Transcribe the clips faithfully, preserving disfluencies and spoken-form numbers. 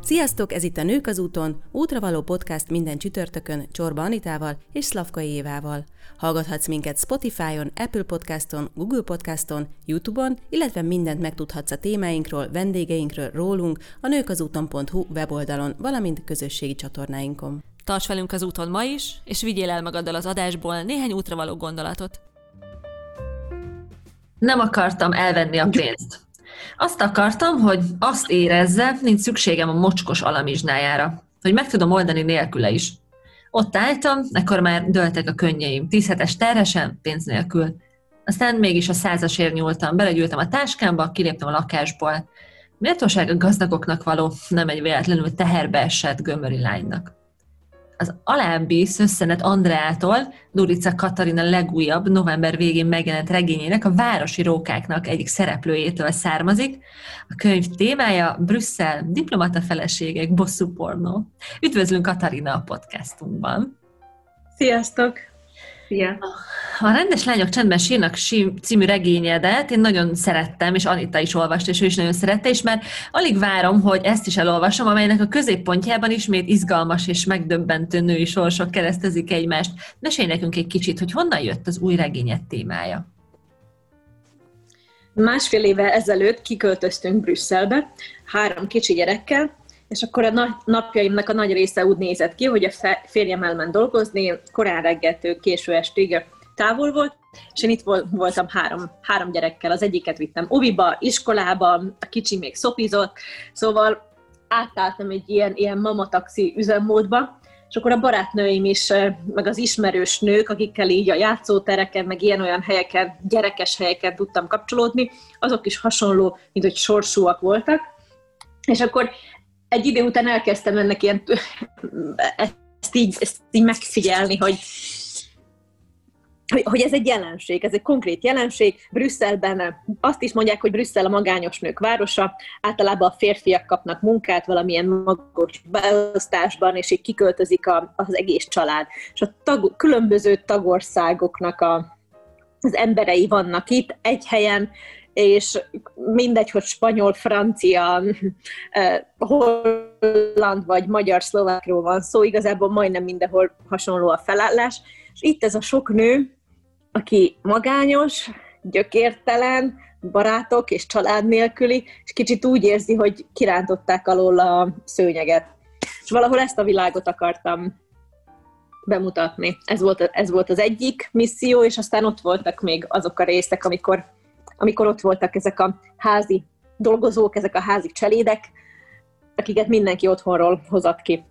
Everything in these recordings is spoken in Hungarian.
Sziasztok, ez itt a Nők az úton, útravaló podcast minden csütörtökön Csorba Anitával és Szlavkai Évával. Hallgathatsz minket Spotify-on, Apple Podcaston, Google Podcaston, YouTube-on, illetve mindent megtudhatsz a témáinkról, vendégeinkről, rólunk a nőkazúton pont hu weboldalon, valamint közösségi csatornáinkon. Tarts velünk az úton ma is, és vigyél el magaddal az adásból néhány útravaló gondolatot. Nem akartam elvenni a pénzt. Azt akartam, hogy azt érezze, nincs szükségem a mocskos alamizsnájára, hogy meg tudom oldani nélküle is. Ott álltam, ekkor már dőltek a könnyeim, tízhetes terhesen, pénz nélkül. Aztán mégis a százasért nyúltam, belegyűltem a táskámba, kiléptem a lakásból. Méltóság a gazdagoknak való, nem egy véletlenül teherbe esett gömöri lánynak. Az alábbi szösszenet Andreától Durica Katarina legújabb, november végén megjelent regényének, a Városi rókáknak egyik szereplőjétől származik. A könyv témája Brüsszel, diplomata feleségek, bosszú pornó. Üdvözlünk Katarina a podcastunkban! Sziasztok! Szia! A Rendes lányok csendben sírnak című regényedet én nagyon szerettem, és Anita is olvasta, és ő is nagyon szerette, és már alig várom, hogy ezt is elolvasom, amelynek a középpontjában ismét izgalmas és megdöbbentő női sorsok keresztezik egymást. Mesélj nekünk egy kicsit, hogy honnan jött az új regényed témája. Másfél évvel ezelőtt kiköltöztünk Brüsszelbe, három kicsi gyerekkel, és akkor a napjaimnak a nagy része úgy nézett ki, hogy a férjem elment dolgozni, korán reggeltől késő estig távol volt, és én itt voltam három, három gyerekkel. Az egyiket vittem oviba, iskolába, a kicsi még szopizott, szóval átálltam egy ilyen, ilyen mamataxi üzemmódba, és akkor a barátnőim is, meg az ismerős nők, akikkel így a játszótereken, meg ilyen-olyan helyeken, gyerekes helyeken tudtam kapcsolódni, azok is hasonló, mint hogy sorsúak voltak, és akkor egy idő után elkezdtem ennek ilyen, ezt így, ezt így megfigyelni, hogy, hogy ez egy jelenség, ez egy konkrét jelenség. Brüsszelben azt is mondják, hogy Brüsszel a magányos nők városa, általában a férfiak kapnak munkát valamilyen magas beosztásban, és így kiköltözik a, az egész család. És a tag, különböző tagországoknak a, az emberei vannak itt egy helyen, és mindegy, hogy spanyol, francia, holland vagy magyar, szlovákról van szó, igazából majdnem mindenhol hasonló a felállás. És itt ez a sok nő, aki magányos, gyökértelen, barátok és család nélküli, és kicsit úgy érzi, hogy kirántották alól a szőnyeget. És valahol ezt a világot akartam bemutatni. Ez volt, ez volt az egyik misszió, és aztán ott voltak még azok a részek, amikor amikor ott voltak ezek a házi dolgozók, ezek a házi cselédek, akiket mindenki otthonról hozott ki.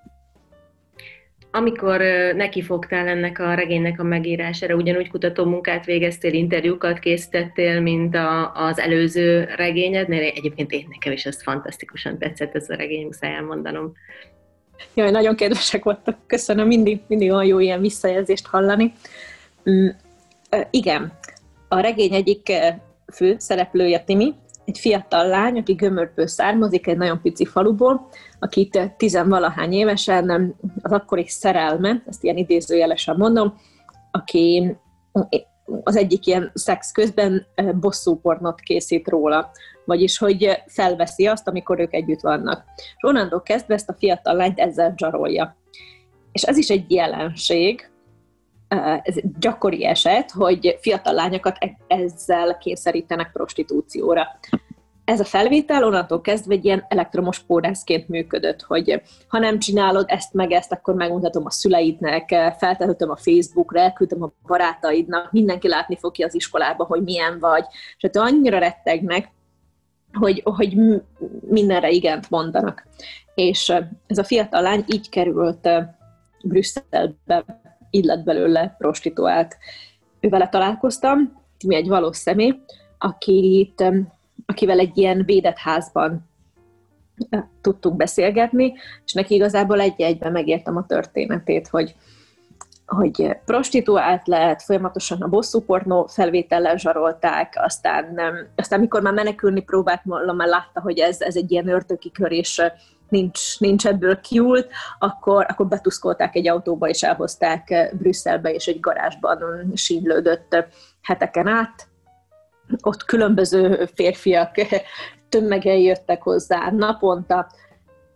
Amikor nekifogtál ennek a regénynek a megírására, ugyanúgy kutatómunkát végeztél, interjúkat készítettél, mint a, az előző regényednél. Egyébként én nekem is ez fantasztikusan tetszett, ez a regény, muszáj elmondanom. Jaj, nagyon kedvesek voltak, köszönöm, mindig, mindig olyan jó ilyen visszajelzést hallani. Mm, igen. A regény egyik fő szereplője Timi, egy fiatal lány, aki Gömörből származik, egy nagyon pici faluból, akit tizenvalahány évesen az akkori szerelme, ezt ilyen idézőjelesen mondom, aki az egyik ilyen szex közben bosszúpornót készít róla, vagyis hogy felveszi azt, amikor ők együtt vannak. És onnantól kezdve ezt a fiatal lányt ezzel zsarolja. És ez is egy jelenség, ez gyakori eset, hogy fiatal lányokat ezzel kényszerítenek prostitúcióra. Ez a felvétel onnantól kezdve egy ilyen elektromos pórászként működött, hogy ha nem csinálod ezt meg ezt, akkor megmutatom a szüleidnek, feltehetem a Facebookra, elküldöm a barátaidnak, mindenki látni fog ki az iskolába, hogy milyen vagy. És hát annyira rettegnek, hogy, hogy mindenre igent mondanak. És ez a fiatal lány így került Brüsszelbe, így lett belőle prostituált. Ővele találkoztam, mi egy valós személy, akit, akivel egy ilyen védett házban tudtuk beszélgetni, és neki igazából egy-egyben megértem a történetét, hogy, hogy prostituált lett, folyamatosan a bosszúpornó felvétellel zsarolták, aztán, aztán mikor már menekülni próbált, már látta, hogy ez, ez egy ilyen ördögi kör, és nincs, nincs ebből kiút, akkor, akkor betuszkolták egy autóba, és elhozták Brüsszelbe, és egy garázsban sínylődött heteken át. Ott különböző férfiak tömegei jöttek hozzá naponta,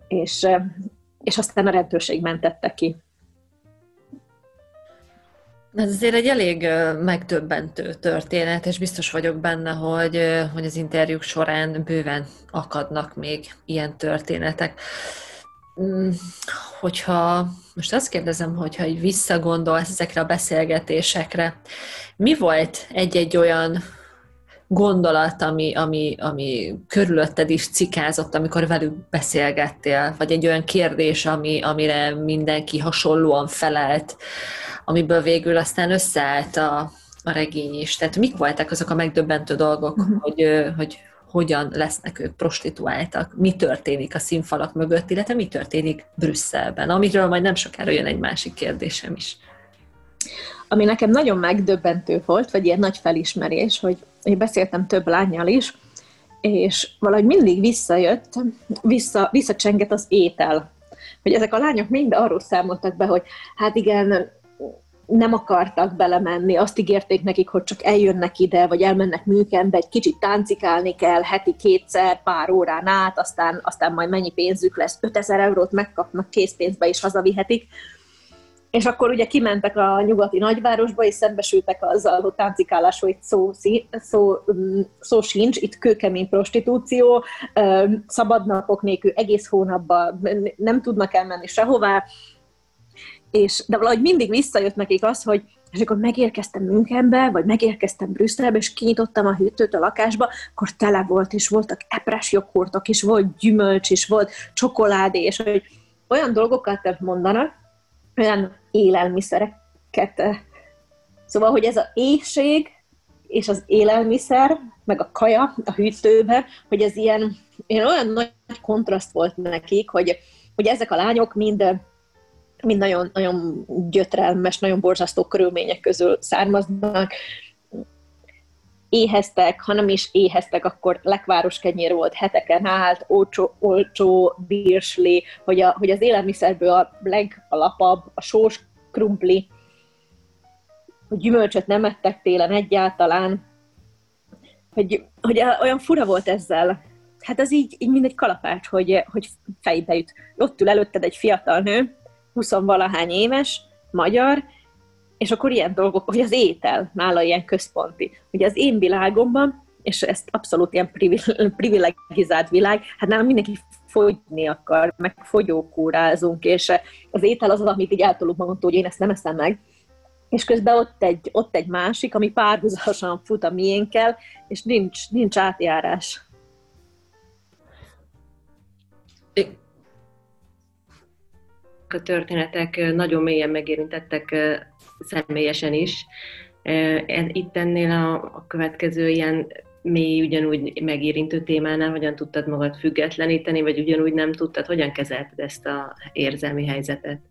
és, és aztán a rendőrség mentette ki. Ez azért egy elég megdöbbentő történet, és biztos vagyok benne, hogy, hogy az interjúk során bőven akadnak még ilyen történetek. Hogyha, most azt kérdezem, hogyha így visszagondolsz ezekre a beszélgetésekre, mi volt egy-egy olyan gondolat, ami, ami, ami körülötted is cikázott, amikor velük beszélgettél, vagy egy olyan kérdés, ami, amire mindenki hasonlóan felelt, amiből végül aztán összeállt a, a regény is. Tehát mik voltak azok a megdöbbentő dolgok, uh-huh. hogy, hogy hogyan lesznek ők prostituáltak, mi történik a színfalak mögött, illetve mi történik Brüsszelben, amiről majd nem sokára jön egy másik kérdésem is. Ami nekem nagyon megdöbbentő volt, vagy ilyen nagy felismerés, hogy én beszéltem több lánnyal is, és valahogy mindig visszajött, vissza, visszacsengett az étel. Hogy ezek a lányok mind arról számoltak be, hogy hát igen, nem akartak belemenni, azt ígérték nekik, hogy csak eljönnek ide, vagy elmennek műkenbe, egy kicsit táncikálni kell, heti kétszer, pár órán át, aztán, aztán majd mennyi pénzük lesz, ötezer eurót megkapnak készpénzbe, és hazavihetik. És akkor ugye kimentek a nyugati nagyvárosba, és szembesültek azzal, hogy táncikálásról itt szó, szó, szó sincs, itt kőkemény prostitúció, szabadnapok nélkül egész hónapban nem tudnak elmenni sehová, és, de valahogy mindig visszajött nekik az, hogy és amikor megérkeztem Münchenbe, vagy megérkeztem Brüsszelbe, és kinyitottam a hűtőt a lakásba, akkor tele volt, és voltak epres joghurtok, és volt gyümölcs, és volt csokoládé, és hogy olyan dolgokat mondanak, olyan élelmiszereket. Szóval, hogy ez az éhség, és az élelmiszer, meg a kaja a hűtőben, hogy ez ilyen, ilyen olyan nagy kontraszt volt nekik, hogy, hogy ezek a lányok mind mind nagyon, nagyon gyötrelmes, nagyon borzasztó körülmények közül származnak. Éheztek, ha nem is éheztek, akkor lekváros kenyér volt, heteken át, olcsó, olcsó virsli, hogy, a, hogy az élelmiszerből a legalapabb, a sós krumpli, hogy gyümölcsöt nem ettek télen egyáltalán, hogy, hogy olyan fura volt ezzel. Hát ez így, így mindegy kalapács, hogy, hogy fejbe üt. Ott ül előtted egy fiatal nő, huszonvalahány éves, magyar, és akkor ilyen dolgok, hogy az étel nála ilyen központi. Ugye az én világomban, és ezt abszolút ilyen privilegizált világ, hát nálam mindenki fogyni akar, meg fogyókúrázunk, és az étel az az, amit így eltolunk magunktól, hogy én ezt nem eszem meg. És közben ott egy, ott egy másik, ami párhuzamosan fut a miénkkel, és nincs, nincs átjárás. A történetek nagyon mélyen megérintettek személyesen is. Itt ennél a, a következő ilyen mély, ugyanúgy megérintő témánál hogyan tudtad magad függetleníteni, vagy ugyanúgy nem tudtad, hogyan kezelted ezt az érzelmi helyzetet?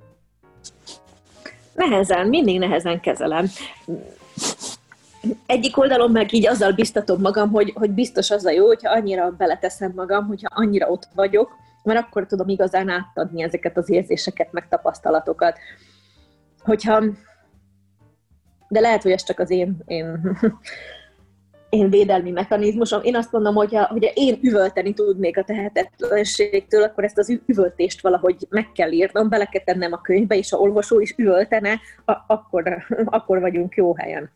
Nehezen, mindig nehezen kezelem. Egyik oldalon meg így azzal biztatom magam, hogy, hogy biztos az a jó, hogyha annyira beleteszem magam, hogyha annyira ott vagyok, mert akkor tudom igazán átadni ezeket az érzéseket, meg tapasztalatokat. Hogyha, de lehet, hogy ez csak az én, én, én védelmi mechanizmusom. Én azt mondom, hogyha, hogyha én üvölteni tudnék a tehetetlenségtől, akkor ezt az üvöltést valahogy meg kell írnom, bele kell tennem a könyvbe, és ha olvasó is üvöltene, a, akkor, akkor vagyunk jó helyen.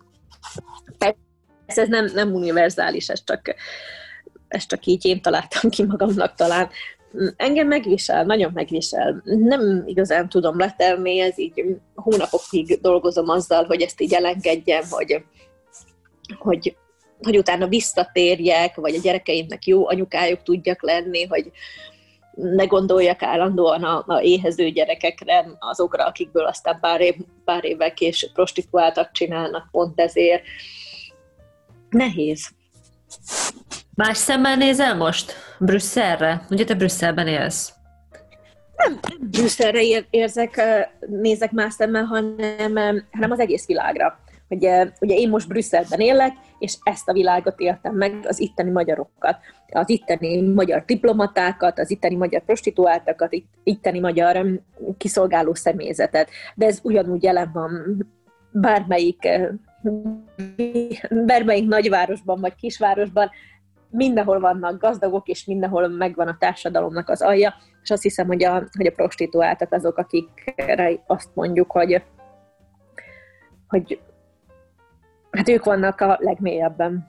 Ez, ez nem, nem univerzális, ez csak, ez csak így én találtam ki magamnak talán. Engem megvisel, nagyon megvisel. Nem igazán tudom letenni, ez így hónapokig dolgozom azzal, hogy ezt így elengedjem, hogy, hogy, hogy utána visszatérjek, vagy a gyerekeimnek jó anyukájuk tudjak lenni, hogy ne gondoljak állandóan a, a éhező gyerekekre, azokra, akikből aztán pár, év, pár évvel később prostituáltat csinálnak pont ezért. Nehéz. Más szemmel nézel most Brüsszelre? Ugye te Brüsszelben élsz? Nem, nem Brüsszelre ér, érzek, nézek más szemmel, hanem, hanem az egész világra. Ugye, ugye én most Brüsszelben élek, és ezt a világot éltem meg, az itteni magyarokat, az itteni magyar diplomatákat, az itteni magyar prostituáltakat, itteni magyar kiszolgáló személyzetet. De ez ugyanúgy jelen van bármelyik, bármelyik nagyvárosban vagy kisvárosban. mindenhol vannak gazdagok, és mindenhol megvan a társadalomnak az alja, és azt hiszem, hogy a, hogy a prostituáltak azok, akikre azt mondjuk, hogy, hogy hát ők vannak a legmélyebben.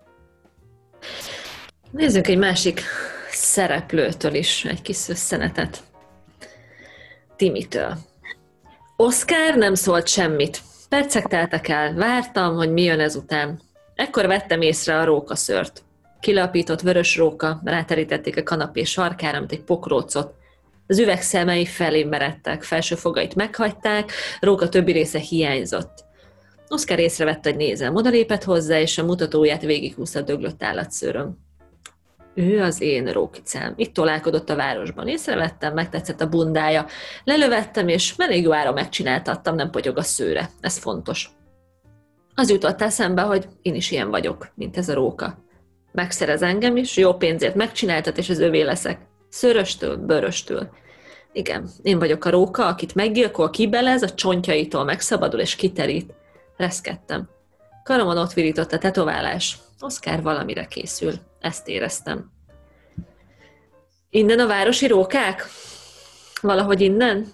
Nézzük egy másik szereplőtől is egy kis összenetet. Timitől. Oszkár nem szólt semmit. Percek teltek el, vártam, hogy mi jön ezután. Ekkor vettem észre a rókaszőrt. Kilapított vörös róka, ráterítették a kanapé sarkára, mint egy pokrócot. Az üveg szemei felé meredtek, felső fogait meghagyták, róka többi része hiányzott. Oszkár észrevette, hogy nézem, odalépett hozzá, és a mutatóját végighúzta a döglött állatszőrön. Ő az én rókicám. Itt tolálkodott a városban. Észrevettem, megtetszett a bundája. Lelövettem, és elég jó ára megcsináltattam, nem potyog a szőre. Ez fontos. Az jutott eszembe, hogy én is ilyen vagyok, mint ez a róka. Megszerez engem is, jó pénzért megcsináltat, és az övé leszek. Szőröstől, bőröstől. Igen, én vagyok a róka, akit meggyilkol, kibelez, a csontjaitól megszabadul és kiterít. Reszkedtem. Karomon ott virított a tetoválás. Oszkár valamire készül. Ezt éreztem. Innen a városi rókák? Valahogy innen?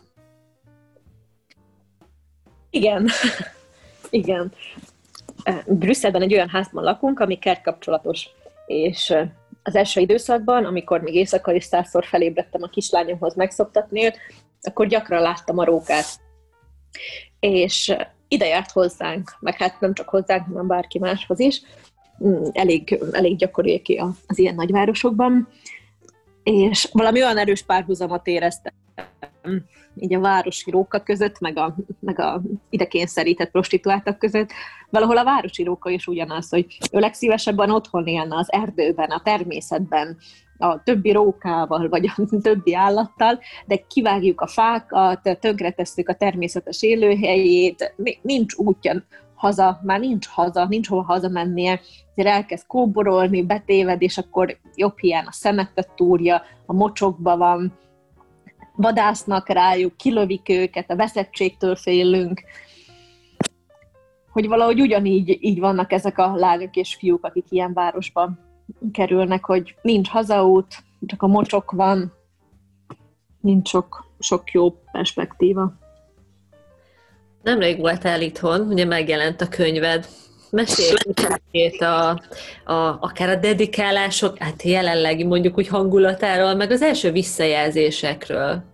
Igen. Igen. Brüsszelben egy olyan házban lakunk, ami kertkapcsolatos. És az első időszakban, amikor még éjszaka is százszor felébredtem a kislányomhoz megszoktatni őt, akkor gyakran láttam a rókát. És ide járt hozzánk, meg hát nem csak hozzánk, hanem bárki máshoz is. Elég, elég gyakori az ilyen nagyvárosokban. És valami olyan erős párhuzamot éreztem így a városi róka között, meg a, meg a ide kényszerített prostituáltak között. Valahol a városi róka is ugyanaz, hogy ő legszívesebben otthon élne az erdőben, a természetben, a többi rókával, vagy a többi állattal, de kivágjuk a fákat, tönkretesszük a természetes élőhelyét, nincs útja haza, már nincs haza, nincs hova hazamennie, ezért elkezd kóborolni, betéved, és akkor jobb hiány a szemetet túrja, a mocsokba van, vadásznak rájuk, kilövik őket, a veszettségtől félünk, hogy valahogy ugyanígy így vannak ezek a lányok és fiúk, akik ilyen városban kerülnek, hogy nincs hazaút, csak a mocsok van, nincs sok, sok jó perspektíva. Nemrég voltál itthon, ugye megjelent a könyved. Mesélj egy a, a, akár a dedikálások, hát jelenlegi mondjuk úgy hangulatáról, meg az első visszajelzésekről.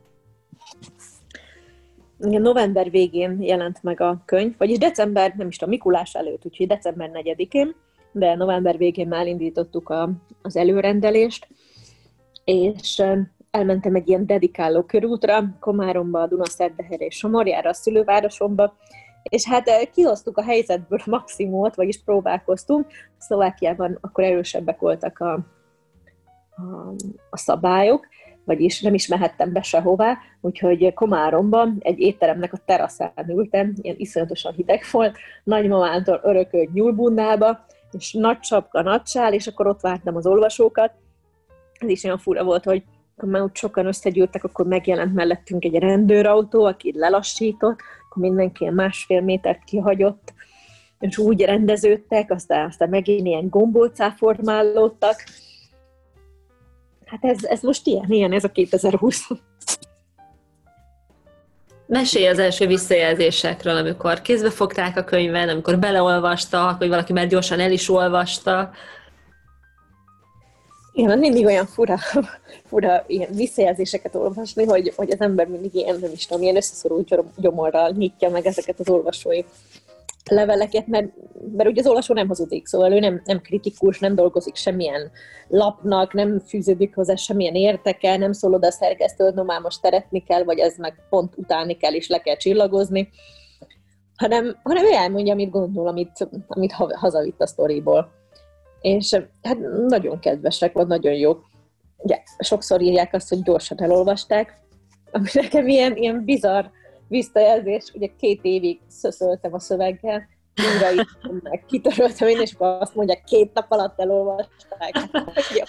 Igen, november végén jelent meg a könyv, vagyis december, nem is tudom, Mikulás előtt, úgyhogy december negyedikén, de november végén már indítottuk a, az előrendelést, és elmentem egy ilyen dedikáló körútra, Komáromba, Dunaszerdahelye és Somorjára, a szülővárosomba, és hát kihoztuk a helyzetből a maximumot, vagyis próbálkoztunk. Szlovákiában akkor erősebbek voltak a, a, a szabályok, vagyis nem is mehettem be sehová, úgyhogy Komáromban egy étteremnek a teraszán ültem, ilyen iszonyatosan hideg volt, nagymamántól örökölt nyúlbundába, és nagy sapka, nagy sál, és akkor ott vártam az olvasókat. Ez is olyan fura volt, hogy akkor már úgy sokan összegyűltek, akkor megjelent mellettünk egy rendőrautó, aki lelassított, akkor mindenki ilyen másfél métert kihagyott, és úgy rendeződtek, aztán, aztán megint ilyen gombócá formálódtak. Hát ez, ez most ilyen, ilyen ez a kétezer-húsz. Mesélj az első visszajelzésekről, amikor kézbe fogták a könyvet, amikor beleolvastak, vagy valaki már gyorsan el is olvasta. Igen, az mindig olyan fura, fura ilyen visszajelzéseket olvasni, hogy, hogy az ember mindig ilyen, nem is tudom, ilyen összeszorult gyomorral nyitja meg ezeket az olvasói leveleket, mert, mert ugye az olvasó nem hazudik, szóval ő nem, nem kritikus, nem dolgozik semmilyen lapnak, nem fűződik hozzá semmilyen érteke, nem szól oda a szerkesztő, hogy no, már most szeretni kell, vagy ez meg pont utálni kell, és le kell csillagozni, hanem, hanem ő elmondja, amit gondol, amit, amit hazavitt a sztoriból. És hát nagyon kedvesek, vagy nagyon jók. Ugye, sokszor írják azt, hogy gyorsan elolvasták, ami nekem ilyen, ilyen bizarr visszajelzés. Ugye két évig szöszöltem a szöveggel, újra írtam meg, kitöröltem én, és akkor azt mondják, két nap alatt elolvasták. Jó,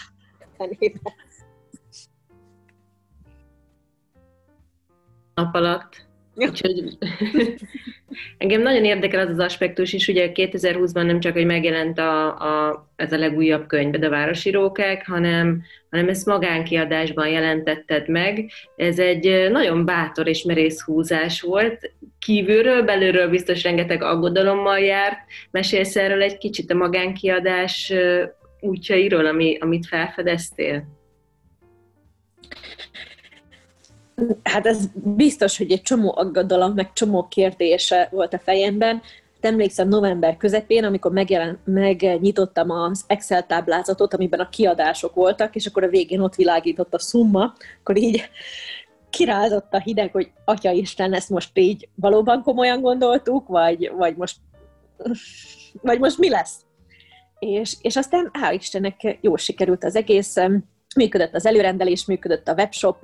nap alatt. Úgyhogy engem nagyon érdekel az az aspektus is, ugye kétezer-húszban nem csak, hogy megjelent a, a, ez a legújabb könyv, a Városi Rókák, hanem, hanem ezt magánkiadásban jelentetted meg. Ez egy nagyon bátor és merész húzás volt. Kívülről, belülről biztos rengeteg aggodalommal járt. Mesélsz erről egy kicsit a magánkiadás útjairól, ami, amit felfedeztél? Hát ez biztos, hogy egy csomó aggodalom, meg csomó kérdése volt a fejemben. Emlékszem november közepén, amikor megjelen, megnyitottam az Excel táblázatot, amiben a kiadások voltak, és akkor a végén ott világított a szumma, akkor így kirázott a hideg, hogy Atya Isten, ezt most így valóban komolyan gondoltuk, vagy, vagy, most, vagy most mi lesz? És, és aztán hál' Istennek jól sikerült az egész, működött az előrendelés, működött a webshop,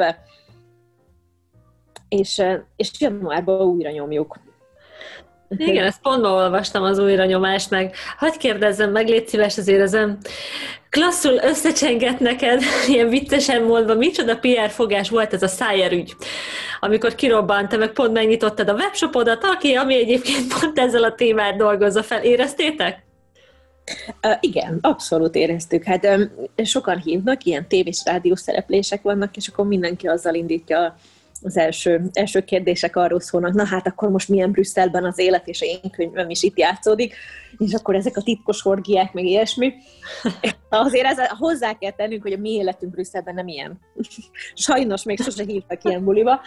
és, és januárban újra nyomjuk. Igen, ezt pont ma olvastam az újranyomást, meg hadd kérdezzem meg, légy szíves, azért ezen klasszul összecsengett neked, ilyen viccesen mondva, micsoda pé er fogás volt ez a Szájer ügy, amikor kirobbant, te meg pont megnyitottad a webshopodat, aki, ami egyébként pont ezzel a témát dolgozza fel. Éreztétek? Uh, igen, abszolút éreztük. Hát um, sokan hívnak, ilyen tévés, rádiós szereplések vannak, és akkor mindenki azzal indítja az első, első kérdések arról szólnak, na hát akkor most milyen Brüsszelben az élet, és én könyvem is itt játszódik, és akkor ezek a titkos orgiák, meg ilyesmi. Azért ezzel hozzá kell tennünk, hogy a mi életünk Brüsszelben nem ilyen. Sajnos még sose hívtak ilyen buliba.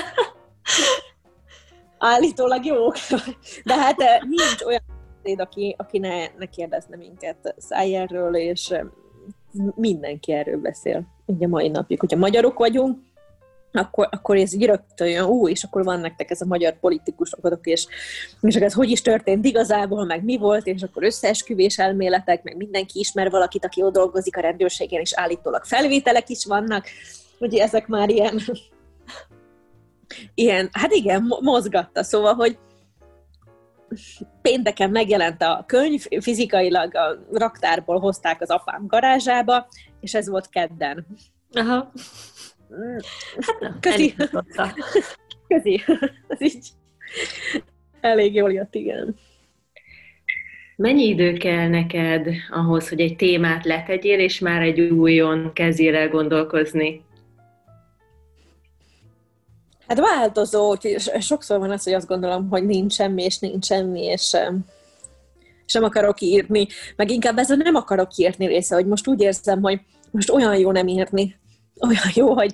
Állítólag jók. De hát nincs olyan aki, aki ne, ne kérdezne minket Szájerről, és mindenki erről beszél. Így a mai napig. Hogyha magyarok vagyunk, akkor, akkor ez így rögtön jön, ú, és akkor van nektek ez a magyar politikusok, és, és ez hogy is történt igazából, meg mi volt, és akkor összeesküvés elméletek, meg mindenki ismer valakit, aki ott dolgozik a rendőrségen, és állítólag felvételek is vannak, ugye ezek már ilyen, ilyen hát igen, mozgatta, szóval, hogy pénteken megjelent a könyv, fizikailag a raktárból hozták az apám garázsába, és ez volt kedden. Aha. Hát nem, Közi. Közi. Ez így elég jól jött, igen. Mennyi idő kell neked ahhoz, hogy egy témát letegyél, és már egy újon kezdjél el gondolkozni? Hát változó, sokszor van az, hogy azt gondolom, hogy nincs semmi, és nincs semmi, és, és nem akarok írni. Meg inkább ez a nem akarok írni része, hogy most úgy érzem, hogy most olyan jó nem írni. Olyan jó, hogy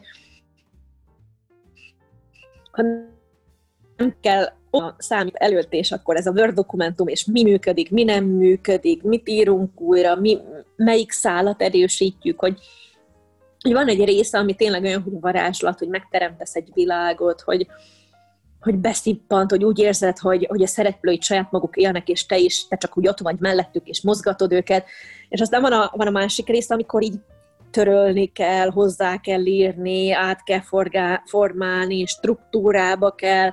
ha nem kell a számít előtt, akkor ez a Word dokumentum, és mi működik, mi nem működik, mit írunk újra, mi, melyik szálat erősítjük, hogy hogy van egy része, ami tényleg olyan, hogy varázslat, hogy megteremtesz egy világot, hogy, hogy beszippant, hogy úgy érzed, hogy, hogy a szereplőid saját maguk élnek, és te is, te csak úgy ott vagy mellettük, és mozgatod őket. És aztán van a, van a másik része, amikor így törölni kell, hozzá kell írni, át kell forgá, formálni, struktúrába kell.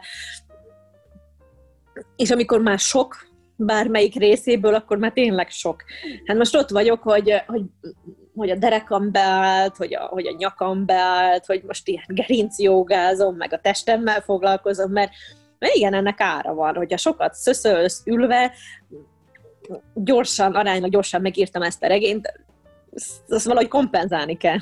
És amikor már sok bármelyik részéből, akkor már tényleg sok. Hát most ott vagyok, hogy, hogy, hogy a derekam beállt, hogy a, hogy a nyakam beállt, hogy most ilyen gerincjogázom, meg a testemmel foglalkozom, mert, mert igen, ennek ára van, hogyha sokat szöszölsz ülve, gyorsan, aránylag gyorsan megírtam ezt a regényt, azt valahogy kompenzálni kell.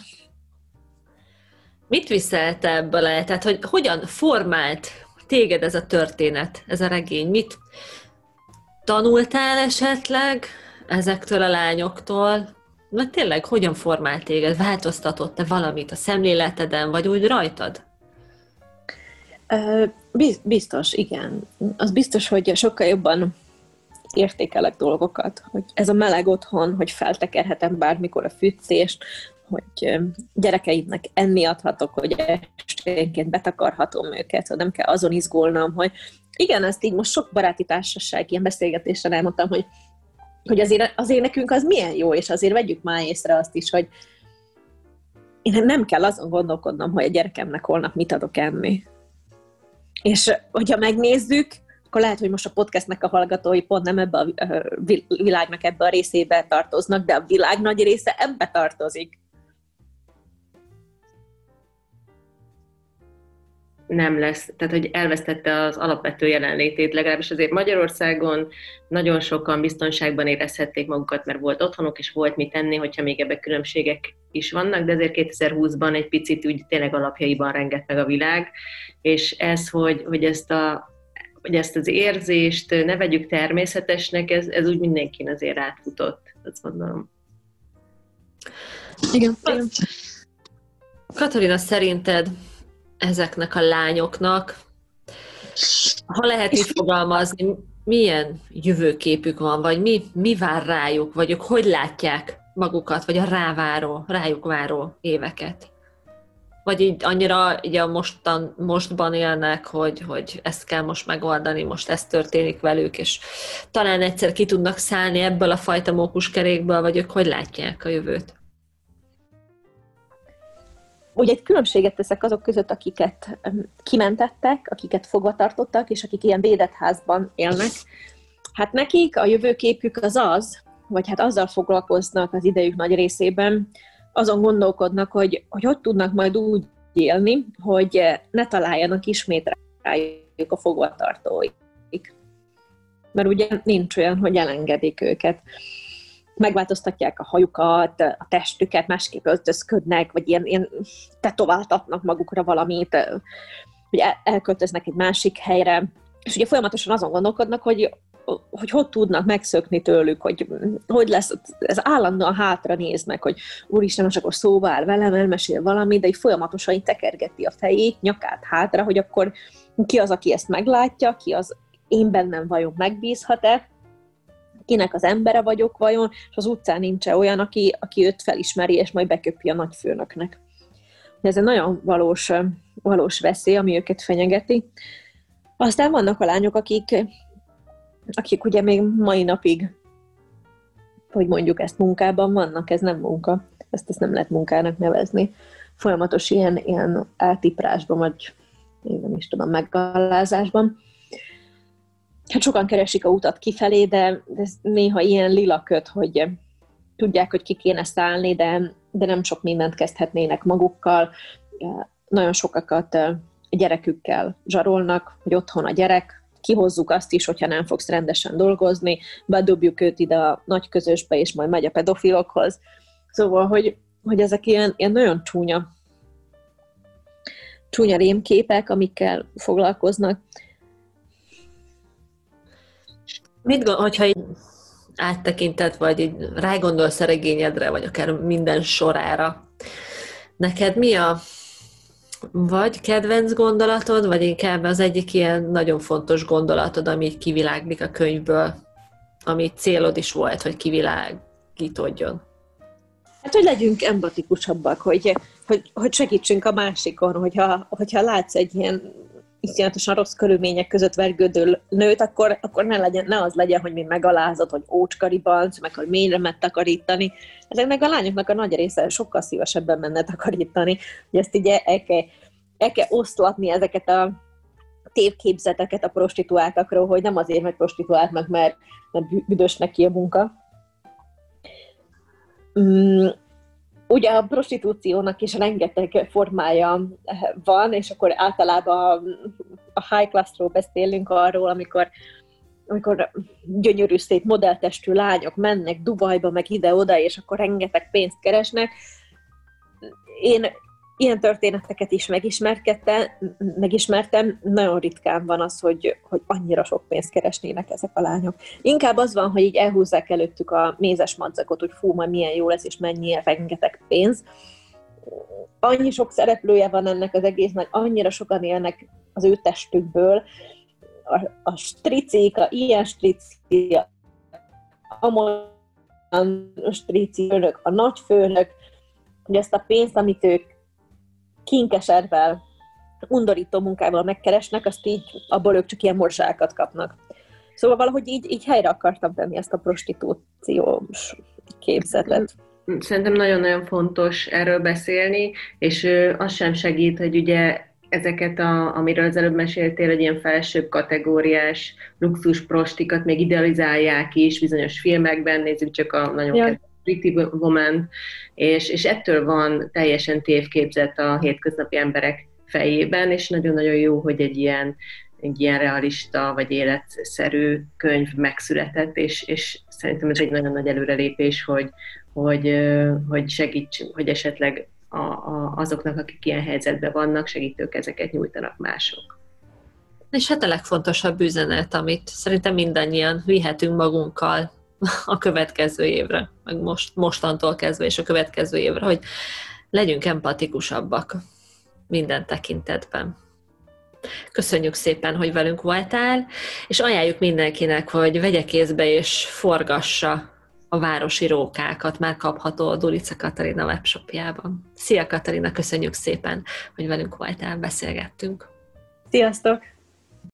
Mit viszel te ebből el? Tehát, hogy hogyan formált téged ez a történet, ez a regény? Mit tanultál esetleg ezektől a lányoktól? Mert tényleg, hogyan formált téged? Változtatott-e valamit a szemléleteden, vagy úgy rajtad? Biztos, igen. Az biztos, hogy sokkal jobban értékelek dolgokat, hogy ez a meleg otthon, hogy feltekerhetem bármikor a fűtszést, hogy gyerekeidnek enni adhatok, hogy esténként betakarhatom őket, hogy nem kell azon izgulnom, hogy igen, ezt így most sok baráti társaság, ilyen beszélgetésen elmondtam, hogy, hogy azért, azért nekünk az milyen jó, és azért vegyük már észre azt is, hogy én nem kell azon gondolkodnom, hogy a gyerekemnek holnap mit adok enni. És hogyha megnézzük, akkor lehet, hogy most a podcastnek a hallgatói pont nem ebbe a világnak ebbe a részébe tartoznak, de a világ nagy része ebbe tartozik. nem lesz, tehát hogy elvesztette az alapvető jelenlétét, legalábbis azért Magyarországon nagyon sokan biztonságban érezhették magukat, mert volt otthonuk, és volt mit tenni, hogyha még ebben különbségek is vannak, de azért kétezer-húszban egy picit úgy tényleg alapjaiban rengett meg a világ, és ez, hogy, hogy ezt a hogy ezt az érzést ne vegyük természetesnek, ez, ez úgy mindenkin azért átfutott, azt gondolom. Igen. Katalina, szerinted ezeknek a lányoknak, ha lehet is fogalmazni, milyen jövőképük van, vagy mi, mi vár rájuk, vagy ők hogy látják magukat, vagy a ráváró, rájuk váró éveket? Vagy így annyira így a mostan, mostban élnek, hogy, hogy ezt kell most megoldani, most ez történik velük, és talán egyszer ki tudnak szállni ebből a fajta mókuskerékből, vagy ők hogy látják a jövőt? Ugye egy különbséget teszek azok között, akiket kimentettek, akiket fogva tartottak, és akik ilyen védett házban élnek. Hát nekik a jövőképük az az, vagy hát azzal foglalkoznak az idejük nagy részében, azon gondolkodnak, hogy, hogy hogy tudnak majd úgy élni, hogy ne találjanak ismét rájuk a fogvatartóik. Mert ugye nincs olyan, hogy elengedik őket. Megváltoztatják a hajukat, a testüket, másképp öltözködnek, vagy ilyen, ilyen tetováltatnak magukra valamit, hogy elköltöznek egy másik helyre. És ugye folyamatosan azon gondolkodnak, hogy hogy hogy tudnak megszökni tőlük, hogy hogy lesz, ez állandóan hátra néznek, hogy úristen, most akkor szóba áll velem, elmesél valamit, de így folyamatosan így tekergeti a fejét, nyakát hátra, hogy akkor ki az, aki ezt meglátja, ki az, én bennem vajon megbízhat-e, kinek az embere vagyok vajon, és az utcán nincs olyan, aki, aki őt felismeri, és majd beköpi a nagyfőnöknek. Ez egy nagyon valós, valós veszély, ami őket fenyegeti. Aztán vannak a lányok, akik akik ugye még mai napig, hogy mondjuk ezt munkában vannak, ez nem munka, ezt, ezt nem lehet munkának nevezni. Folyamatos ilyen, ilyen eltiprásban, vagy én nem is tudom, megalázásban. Hát sokan keresik a utat kifelé, de ez néha ilyen lila köt, hogy tudják, hogy ki kéne szállni, de, de nem sok mindent kezdhetnének magukkal. Nagyon sokakat a gyerekükkel zsarolnak, hogy otthon a gyerek, kihozzuk azt is, hogyha nem fogsz rendesen dolgozni, bedobjuk őt ide a nagy közösbe, és majd megy a pedofilokhoz. Szóval, hogy, hogy ezek ilyen, ilyen nagyon csúnya, csúnya rémképek, amikkel foglalkoznak. Mit gondol, hogyha így áttekinted, vagy így rágondolsz a regényedre, vagy akár minden sorára, neked mi a vagy kedvenc gondolatod, vagy inkább az egyik ilyen nagyon fontos gondolatod, ami így kiviláglik a könyvből, ami célod is volt, hogy kivilágítódjon? Hát, hogy legyünk empatikusabbak, hogy, hogy, hogy segítsünk a másikon, hogyha, hogyha látsz egy ilyen iszonyatosan rossz körülmények között vergődő nőt, akkor, akkor ne, legyen, ne az legyen, hogy mi megalázod, hogy ócskaribanc, meg hogy mélyre ment takarítani. Ezeknek a lányoknak a nagy része sokkal szívesebben menne takarítani, hogy ezt így el kell, el kell oszlatni ezeket a tévképzeteket a prostituáltakról, hogy nem azért, mert prostituáltnak, mert, mert büdös neki a munka. Mm. Ugye a prostitúciónak is rengeteg formája van, és akkor általában a high classról beszélünk arról, amikor, amikor gyönyörű szép modelltestű lányok mennek Dubajba, meg ide-oda, és akkor rengeteg pénzt keresnek. Én ilyen történeteket is megismertem, nagyon ritkán van az, hogy, hogy annyira sok pénzt keresnének ezek a lányok. Inkább az van, hogy így elhúzzák előttük a mézes madzakot, hogy fú, majd milyen jó lesz, és mennyi rengeteg pénz. Annyi sok szereplője van ennek az egésznek, annyira sokan élnek az ő testükből. A, a stricik, a ilyen strici, amolyan strici főnök, a nagyfőnök, hogy ezt a pénzt, amit ők kinkeservel, undorító munkával megkeresnek, azt így abból ők csak ilyen morzsákat kapnak. Szóval valahogy így, így helyre akartam tenni ezt a prostitúciós képzetet. Szerintem nagyon-nagyon fontos erről beszélni, és az sem segít, hogy ugye ezeket, a, amiről az előbb meséltél, egy ilyen felsőbb kategóriás luxus prostikat még idealizálják is bizonyos filmekben, nézzük csak a nagyon ja. kedves Pretty Woman, és, és ettől van teljesen tévképzet a hétköznapi emberek fejében, és nagyon-nagyon jó, hogy egy ilyen, egy ilyen realista vagy életszerű könyv megszületett, és, és szerintem ez egy nagyon nagy előrelépés, hogy, hogy, hogy segítsünk, hogy esetleg a, a, azoknak, akik ilyen helyzetben vannak, segítőkezeket nyújtanak mások. És hát a legfontosabb üzenet, amit szerintem mindannyian vihetünk magunkkal a következő évre, meg most, mostantól kezdve és a következő évre, hogy legyünk empatikusabbak minden tekintetben. Köszönjük szépen, hogy velünk voltál, és ajánljuk mindenkinek, hogy vegye kézbe és forgassa a városi rókákat, már kapható a Dulica Katarina webshopjában. Szia Katarina, köszönjük szépen, hogy velünk voltál, beszélgettünk. Sziasztok!